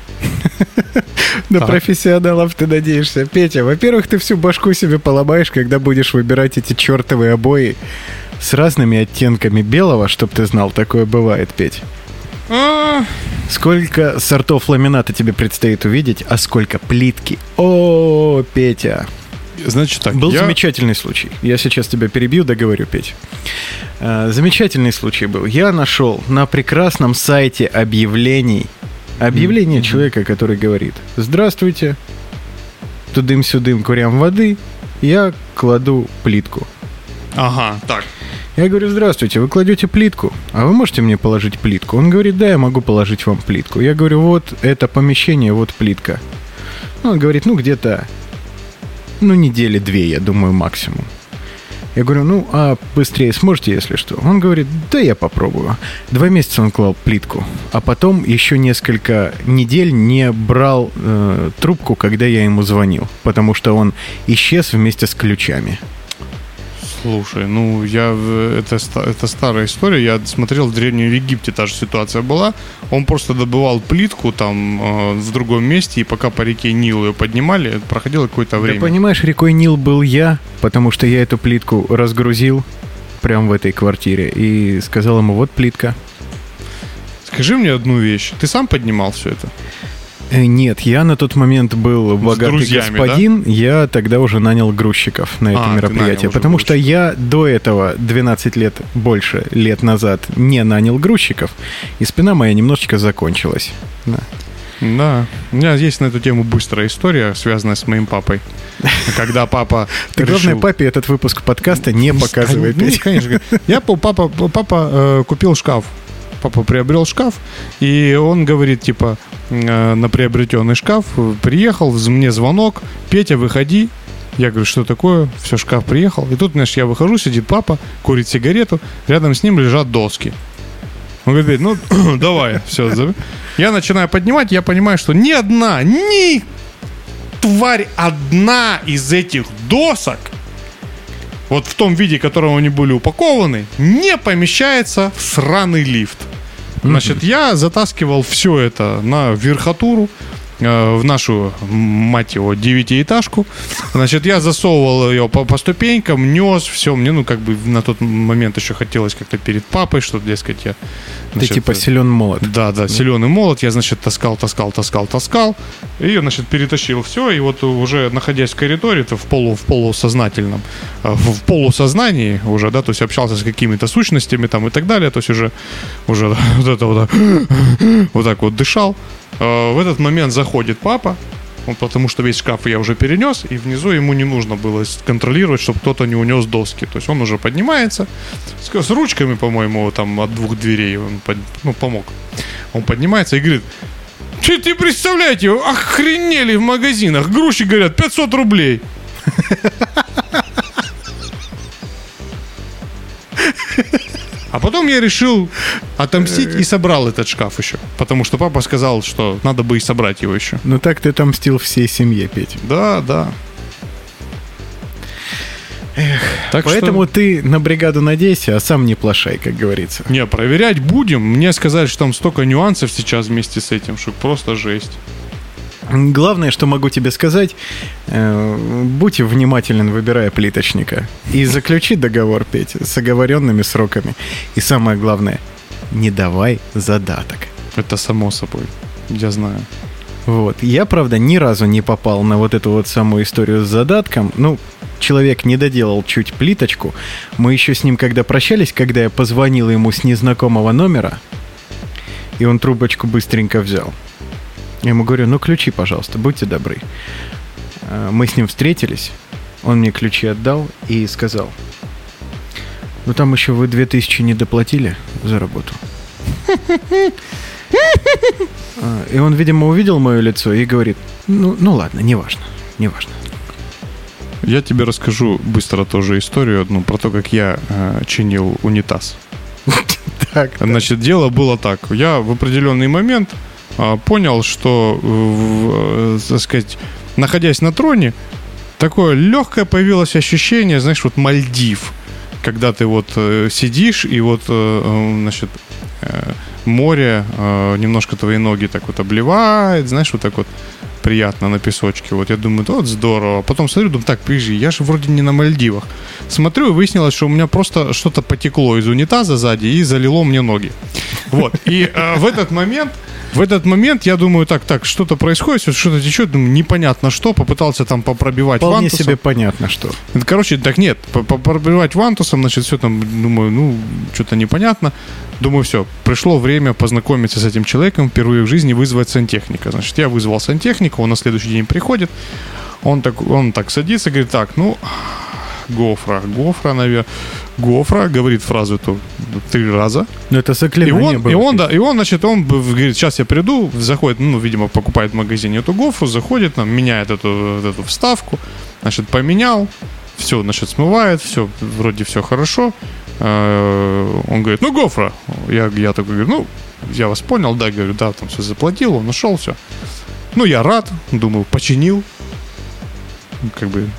На профессионалов ты надеешься. Петя, во-первых, ты всю башку себе поломаешь, когда будешь выбирать эти чертовые обои с разными оттенками белого, чтоб ты знал, такое бывает, Петь. Сколько сортов ламината тебе предстоит увидеть, а сколько плитки. О, Петя. Значит так, был замечательный случай. Я сейчас тебя перебью, договорю, Петь. Замечательный случай был. Я нашел на прекрасном сайте объявление человека, который говорит: здравствуйте, тудым-сюдым, курям воды, я кладу плитку. Ага, так. Я говорю: здравствуйте, вы кладете плитку, а вы можете мне положить плитку? Он говорит: да, я могу положить вам плитку. Я говорю: вот это помещение, вот плитка. Он говорит: ну где-то, недели 2, я думаю, максимум. Я говорю: ну, а быстрее сможете, если что? Он говорит: да, я попробую. 2 месяца он клал плитку, а потом еще несколько недель не брал трубку, когда я ему звонил, потому что он исчез вместе с ключами. Слушай, ну это старая история. Я смотрел, в Древнем Египте та же ситуация была. Он просто добывал плитку там в другом месте, и пока по реке Нил ее поднимали, проходило какое-то время. Да понимаешь, рекой Нил был я, потому что я эту плитку разгрузил прямо в этой квартире и сказал ему: вот плитка. Скажи мне одну вещь. Ты сам поднимал все это? Нет, я на тот момент был богатый друзьями, господин, да? Я тогда уже нанял грузчиков на это мероприятие, потому что я до этого 12 лет, больше лет назад не нанял грузчиков, и спина моя немножечко закончилась. Да. Да, у меня есть на эту тему быстрая история, связанная с моим папой. Когда папа Ты, главное, папе этот выпуск подкаста не показывай. Конечно. Папа купил шкаф. Папа приобрел шкаф, и он говорит, типа, на приобретенный шкаф приехал, мне звонок: Петя, выходи. Я говорю: что такое? Все, шкаф приехал. И тут, знаешь, я выхожу, сидит папа, курит сигарету, рядом с ним лежат доски. Он говорит: ну, давай, все. Я начинаю поднимать, я понимаю, что ни тварь одна из этих досок, вот в том виде, в котором они были упакованы, не помещается в сраный лифт. Значит, я затаскивал все это на верхотуру, в нашу, мать его, 9-этажку. Значит, я засовывал ее по ступенькам, нес, все. Мне, ну, как бы на тот момент еще хотелось как-то перед папой, что, дескать, я... Ты типа силен молод. Да, силен и молод. Я, значит, таскал. И, значит, перетащил все. И вот уже находясь в коридоре, то в полусознательном, в полусознании уже, да, то есть общался с какими-то сущностями там и так далее. То есть уже вот это вот так вот дышал. В этот момент заходит папа, потому что весь шкаф я уже перенес, и внизу ему не нужно было контролировать, чтобы кто-то не унес доски. То есть он уже поднимается с ручками, по-моему, там от 2 дверей он помог. Он поднимается и говорит: ты представляете, охренели в магазинах, грузчик, говорят, 500 рублей. А потом я решил отомстить и собрал этот шкаф еще. Потому что папа сказал, что надо бы и собрать его еще. Ну так ты отомстил всей семье, Петя. Да. Так поэтому что... ты на бригаду надейся, а сам не плашай, как говорится. Не, проверять будем. Мне сказали, что там столько нюансов сейчас вместе с этим, что просто жесть. Главное, что могу тебе сказать, будь внимателен, выбирая плиточника. И заключи договор, Петя, с оговоренными сроками. И самое главное, не давай задаток. Это само собой, я знаю. Вот. Я, правда, ни разу не попал на вот эту вот самую историю с задатком. Ну, человек не доделал чуть плиточку. Мы еще с ним когда прощались, когда я позвонил ему с незнакомого номера, и он трубочку быстренько взял. Я ему говорю: ну, ключи, пожалуйста, будьте добры. Мы с ним встретились, он мне ключи отдал и сказал: ну, там еще вы 2000 не доплатили за работу. И он, видимо, увидел мое лицо и говорит: ну ладно, неважно. Я тебе расскажу быстро тоже историю одну про то, как я чинил унитаз. Значит, дело было так. Я в определенный момент понял, что, так сказать, находясь на троне, такое легкое появилось ощущение, знаешь, вот Мальдив, когда ты вот сидишь и вот, значит, море немножко твои ноги так вот обливает, знаешь, вот так вот приятно на песочке. Вот я думаю, вот здорово. Потом смотрю, думаю, так, подожди, я же вроде не на Мальдивах. Смотрю, и выяснилось, что у меня просто что-то потекло из унитаза сзади и залило мне ноги. Вот. И в этот момент я думаю, так, что-то происходит, что-то течет, думаю, непонятно что, попытался там попробивать вполне вантусом. Вполне себе понятно, что. Короче, так нет, попробивать вантусом, значит, все там, думаю, что-то непонятно. Думаю, все, пришло время познакомиться с этим человеком, впервые в жизни вызвать сантехника. Значит, я вызвал сантехника, он на следующий день приходит, он так садится, говорит, так, гофра, наверное. Гофра говорит фразу эту 3 раза. Ну, это заклинание было. И он, значит, он говорит, сейчас я приду, заходит, видимо, покупает в магазине эту гофру, заходит, меняет эту вставку, значит, поменял, все, значит, смывает, все, вроде все хорошо. Он говорит, гофра. Я такой говорю, я вас понял, да, говорю, да, там все заплатил, он ушел, все. Я рад, думаю, починил, как бы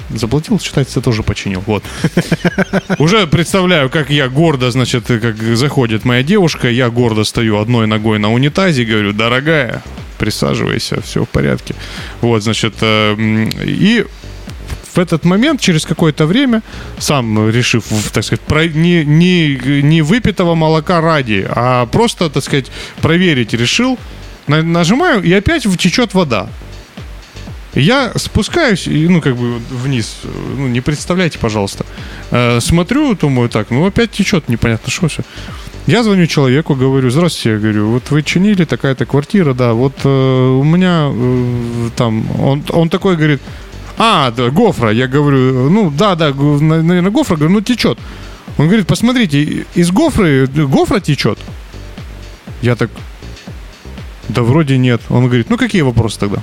заплатил, считается, тоже починил. Вот. Уже представляю, как я гордо, значит, как заходит моя девушка, я гордо стою одной ногой на унитазе, говорю: дорогая, присаживайся, все в порядке. Вот, значит, и в этот момент, через какое-то время, сам решив, так сказать, не выпитого молока ради, а просто, так сказать, проверить решил, нажимаю, и опять течет вода. Я спускаюсь, вниз, не представляйте, пожалуйста. Смотрю, думаю, так, опять течет, непонятно что все. Я звоню человеку, говорю: здравствуйте, я говорю, вот вы чинили, такая-то квартира, да, вот у меня там, он такой говорит: да, гофра. Я говорю: да, наверное, гофра, говорю, течет. Он говорит: посмотрите, из гофра течет. Я так: да вроде нет. Он говорит: какие вопросы тогда?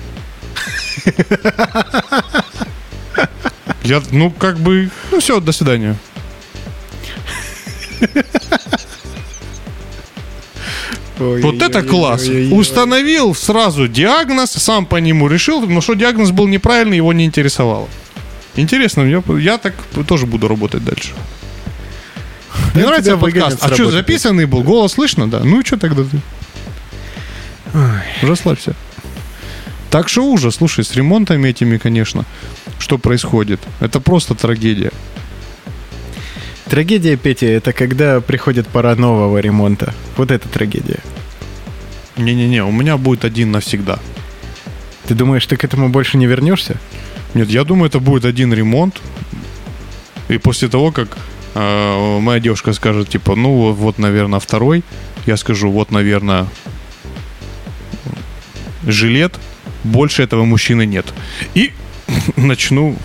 Я, все, до свидания. Вот это класс. Установил сразу диагноз, сам по нему решил, но что диагноз был неправильный, его не интересовало. Интересно, я так тоже буду работать дальше. Мне нравится подкаст. А что, записанный был? Голос слышно, да? Ну и что тогда ты? Расслабься. Так что ужас, слушай, с ремонтами этими, конечно, что происходит? Это просто трагедия. Трагедия, Петя, это когда приходит пора нового ремонта. Вот это трагедия. Не-не-не, у меня будет один навсегда. Ты думаешь, ты к этому больше не вернешься? Нет, я думаю, это будет один ремонт. И после того, как моя девушка скажет, типа, вот, наверное, второй, я скажу: вот, наверное, жилет, больше этого мужчины нет. И начну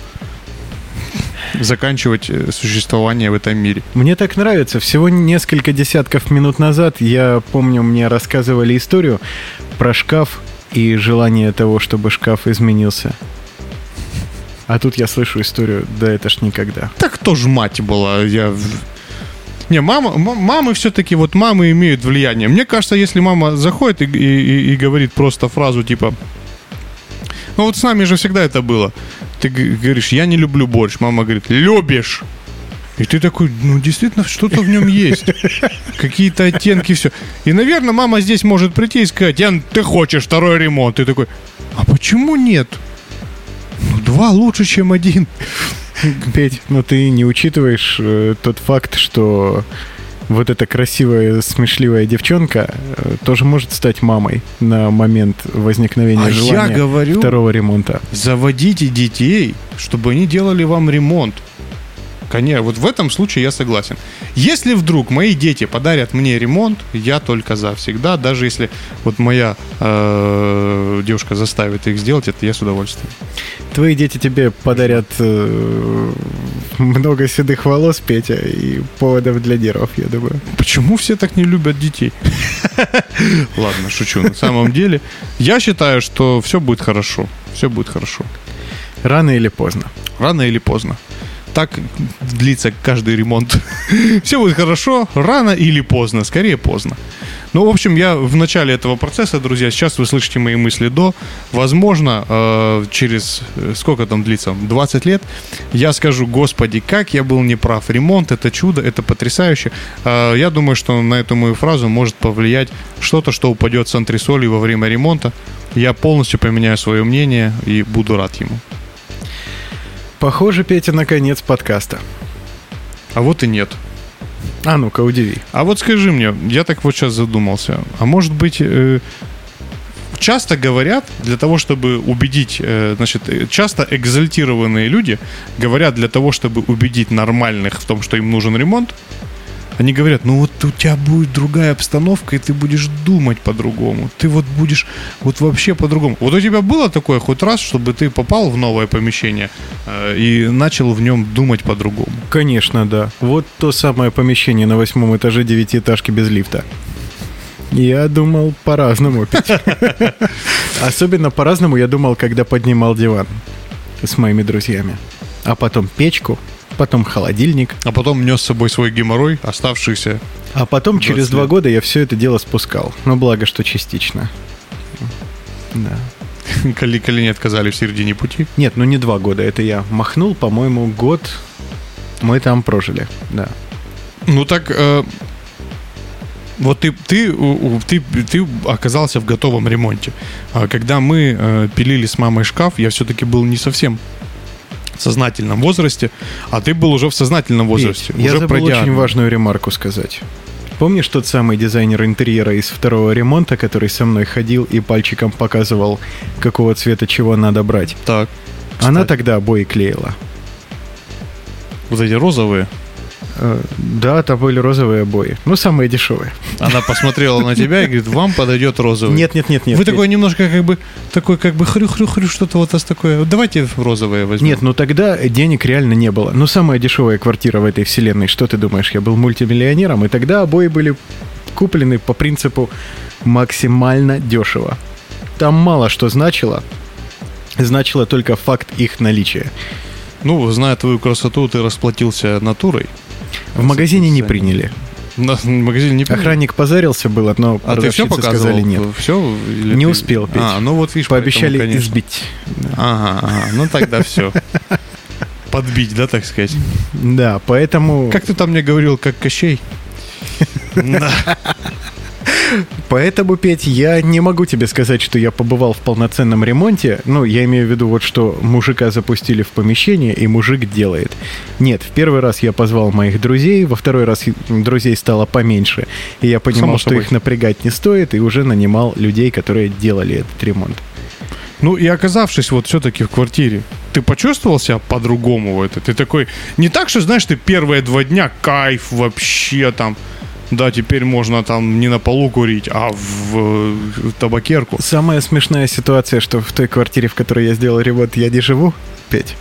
заканчивать существование в этом мире. Мне так нравится. Всего несколько десятков минут назад, я помню, мне рассказывали историю про шкаф и желание того, чтобы шкаф изменился. А тут я слышу историю: да это ж никогда. Так кто ж мать была? Мамы все-таки, вот мамы имеют влияние. Мне кажется, если мама заходит и говорит просто фразу типа: вот с нами же всегда это было. Ты говоришь: я не люблю борщ. Мама говорит: любишь. И ты такой: действительно, что-то в нем есть. Какие-то оттенки, все. И, наверное, мама здесь может прийти и сказать: ты хочешь второй ремонт. Ты такой: а почему нет? 2 лучше, чем 1. Петь, ты не учитываешь тот факт, что вот эта красивая, смешливая девчонка тоже может стать мамой на момент возникновения желания второго ремонта. Заводите детей, чтобы они делали вам ремонт. Конечно, вот в этом случае я согласен. Если вдруг мои дети подарят мне ремонт, я только за всегда. Даже если вот моя девушка заставит их сделать, это я с удовольствием. Твои дети тебе подарят много седых волос, Петя, и поводов для нервов, я думаю. Почему все так не любят детей? Ладно, шучу. На самом деле, я считаю, что все будет хорошо. Все будет хорошо. Рано или поздно. Рано или поздно. Так длится каждый ремонт. Все будет хорошо, рано или поздно, скорее поздно. В общем, я в начале этого процесса, друзья, сейчас вы слышите мои мысли до. Возможно, через, сколько там длится, 20 лет, я скажу: Господи, как я был неправ. Ремонт — это чудо, это потрясающе. Я думаю, что на эту мою фразу может повлиять что-то, что упадет с антресолей во время ремонта. Я полностью поменяю свое мнение и буду рад ему. Похоже, Петя, на конец подкаста. А вот и нет. А ну-ка, удиви. А вот скажи мне, я так вот сейчас задумался, а может быть, часто говорят для того, чтобы убедить, часто экзальтированные люди говорят для того, чтобы убедить нормальных в том, что им нужен ремонт, они говорят: у тебя будет другая обстановка, и ты будешь думать по-другому. Ты вот будешь вообще по-другому. Вот у тебя было такое хоть раз, чтобы ты попал в новое помещение и начал в нем думать по-другому? Конечно, да. Вот то самое помещение на 8 этаже 9-этажки без лифта. Я думал по-разному, Петя. Особенно по-разному я думал, когда поднимал диван с моими друзьями. А потом печку. Потом холодильник. А потом нес с собой свой геморрой, оставшийся. А потом через 2 года я все это дело спускал. Но благо, что частично. Да. коли не отказали в середине пути. Нет, ну не 2 года, это я махнул, по-моему, год мы там прожили, да. Ну так, вот ты оказался в готовом ремонте. Когда мы пилили с мамой шкаф, я все-таки был не совсем в сознательном возрасте, а ты был уже в сознательном возрасте. Ведь, я забыл очень важную ремарку сказать. Помнишь тот самый дизайнер интерьера из 2-го ремонта, который со мной ходил и пальчиком показывал, какого цвета чего надо брать? Так. Она тогда обои клеила. Вот эти розовые? Да, там были розовые обои. Ну, самые дешевые. Она посмотрела на тебя и говорит, вам подойдет розовый. Нет. Вы такой немножко как бы хрю-хрю-хрю, что-то вот такое. Давайте розовые возьмем. Нет, ну тогда денег реально не было. Ну, самая дешевая квартира в этой вселенной. Что ты думаешь, я был мультимиллионером, и тогда обои были куплены по принципу максимально дешево. Там мало что значило. Значило только факт их наличия. Ну, зная твою красоту, ты расплатился натурой. В магазине не приняли. В магазине не приняли? Охранник позарился было, но продавщицы сказали нет. Все? Не успел петь. Ну вот видишь, пообещали поэтому, избить. Ага, ну тогда все. Подбить, да, так сказать? Да, поэтому... Как ты там мне говорил, как Кощей? Поэтому, Петь, я не могу тебе сказать, что я побывал в полноценном ремонте. Ну, я имею в виду вот, что мужика запустили в помещение, и мужик делает. Нет, в первый раз я позвал моих друзей, во второй раз друзей стало поменьше. И я понимал, что их напрягать не стоит, и уже нанимал людей, которые делали этот ремонт. Ну, и оказавшись вот все-таки в квартире, ты почувствовал себя по-другому в это? Ты такой... Не так, что, знаешь, ты первые 2 дня кайф вообще там... Да, теперь можно там не на полу курить, а в табакерку. Самая смешная ситуация, что в той квартире, в которой я сделал ремонт, я не живу, Петь.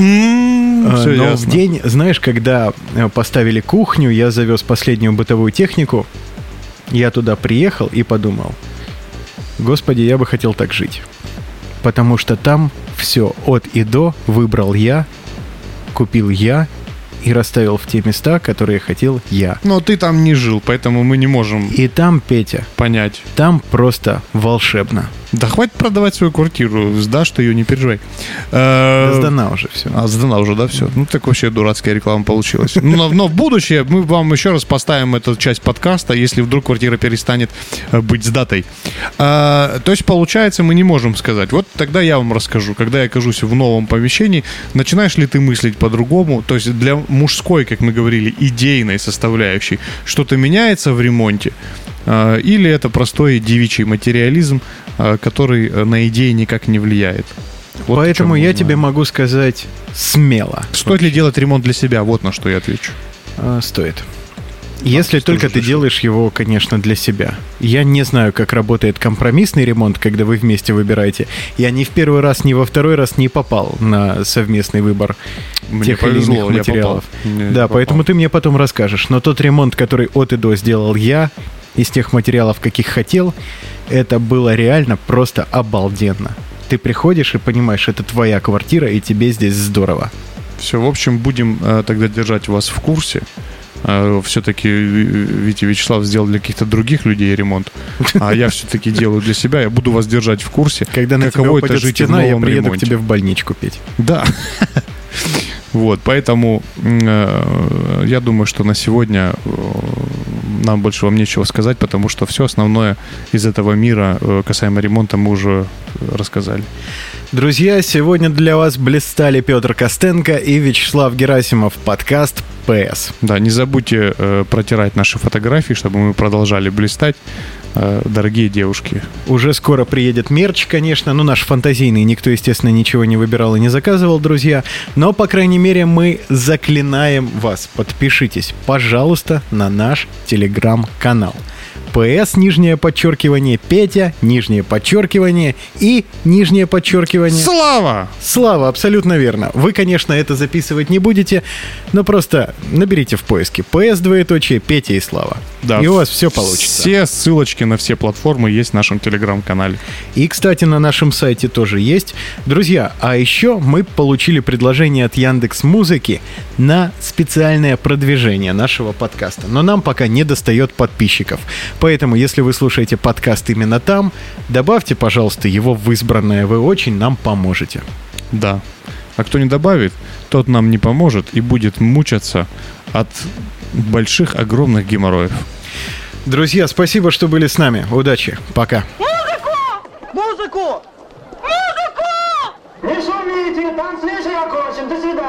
Все Но ясно. в день, знаешь, когда поставили кухню, я завез последнюю бытовую технику, я туда приехал и подумал, господи, я бы хотел так жить. Потому что там все от и до выбрал я, купил я, и расставил в те места, которые хотел я. Но ты там не жил, поэтому мы не можем... И там, Петя, понять. Там просто волшебно. Да хватит продавать свою квартиру, сдашь ты ее, не переживай. Сдана уже все. Сдана уже, да, все. Ну, так вообще дурацкая реклама получилась. Но в будущее мы вам еще раз поставим эту часть подкаста, если вдруг квартира перестанет быть сдатой. То есть, получается, мы не можем сказать. Вот тогда я вам расскажу. Когда я окажусь в новом помещении, начинаешь ли ты мыслить по-другому? То есть, для мужской, как мы говорили, идейной составляющей, что-то меняется в ремонте? Или это простой девичий материализм, который на идеи никак не влияет? Вот поэтому я тебе могу сказать смело. Стоит ли делать ремонт для себя? Вот на что я отвечу. Стоит. Если только ты делаешь его, конечно, для себя. Я не знаю, как работает компромиссный ремонт, когда вы вместе выбираете. Я ни в первый раз, ни во второй раз не попал на совместный выбор тех или иных материалов. Да, поэтому ты мне потом расскажешь. Но тот ремонт, который от и до сделал я, из тех материалов, каких хотел, это было реально просто обалденно. Ты приходишь и понимаешь, это твоя квартира, и тебе здесь здорово. Все, в общем, будем тогда держать вас в курсе. Все-таки Витя Вячеслав сделал для каких-то других людей ремонт, а я все-таки делаю для себя. Я буду вас держать в курсе. Когда на тебя упадет стена, я приеду к тебе в больничку, Петь. Да. Вот, поэтому я думаю, что на сегодня нам больше вам нечего сказать, потому что все основное из этого мира касаемо ремонта мы уже рассказали. Друзья, сегодня для вас блистали Петр Костенко и Вячеслав Герасимов. Подкаст PS. Да, не забудьте протирать наши фотографии, чтобы мы продолжали блистать. Дорогие девушки. Уже скоро приедет мерч, конечно. Ну, наш фантазийный. Никто, естественно, ничего не выбирал и не заказывал, друзья. Но, по крайней мере, мы заклинаем вас. Подпишитесь, пожалуйста, на наш телеграм-канал. ПС, нижнее подчеркивание, Петя, нижнее подчеркивание и нижнее подчеркивание... Слава! Слава, абсолютно верно. Вы, конечно, это записывать не будете, но просто наберите в поиске ПС, двоеточие, Петя и Слава. Да, и у вас все получится. Все ссылочки на все платформы есть в нашем телеграм-канале. И, кстати, на нашем сайте тоже есть. Друзья, а еще мы получили предложение от Яндекс.Музыки на специальное продвижение нашего подкаста. Но нам пока не достает подписчиков. Поэтому, если вы слушаете подкаст именно там, добавьте, пожалуйста, его в избранное. Вы очень нам поможете. Да. А кто не добавит, тот нам не поможет и будет мучаться от больших, огромных геморроев. Друзья, спасибо, что были с нами. Удачи. Пока. Музыку! Музыку! Не шумите, танцующие окончим. До свидания.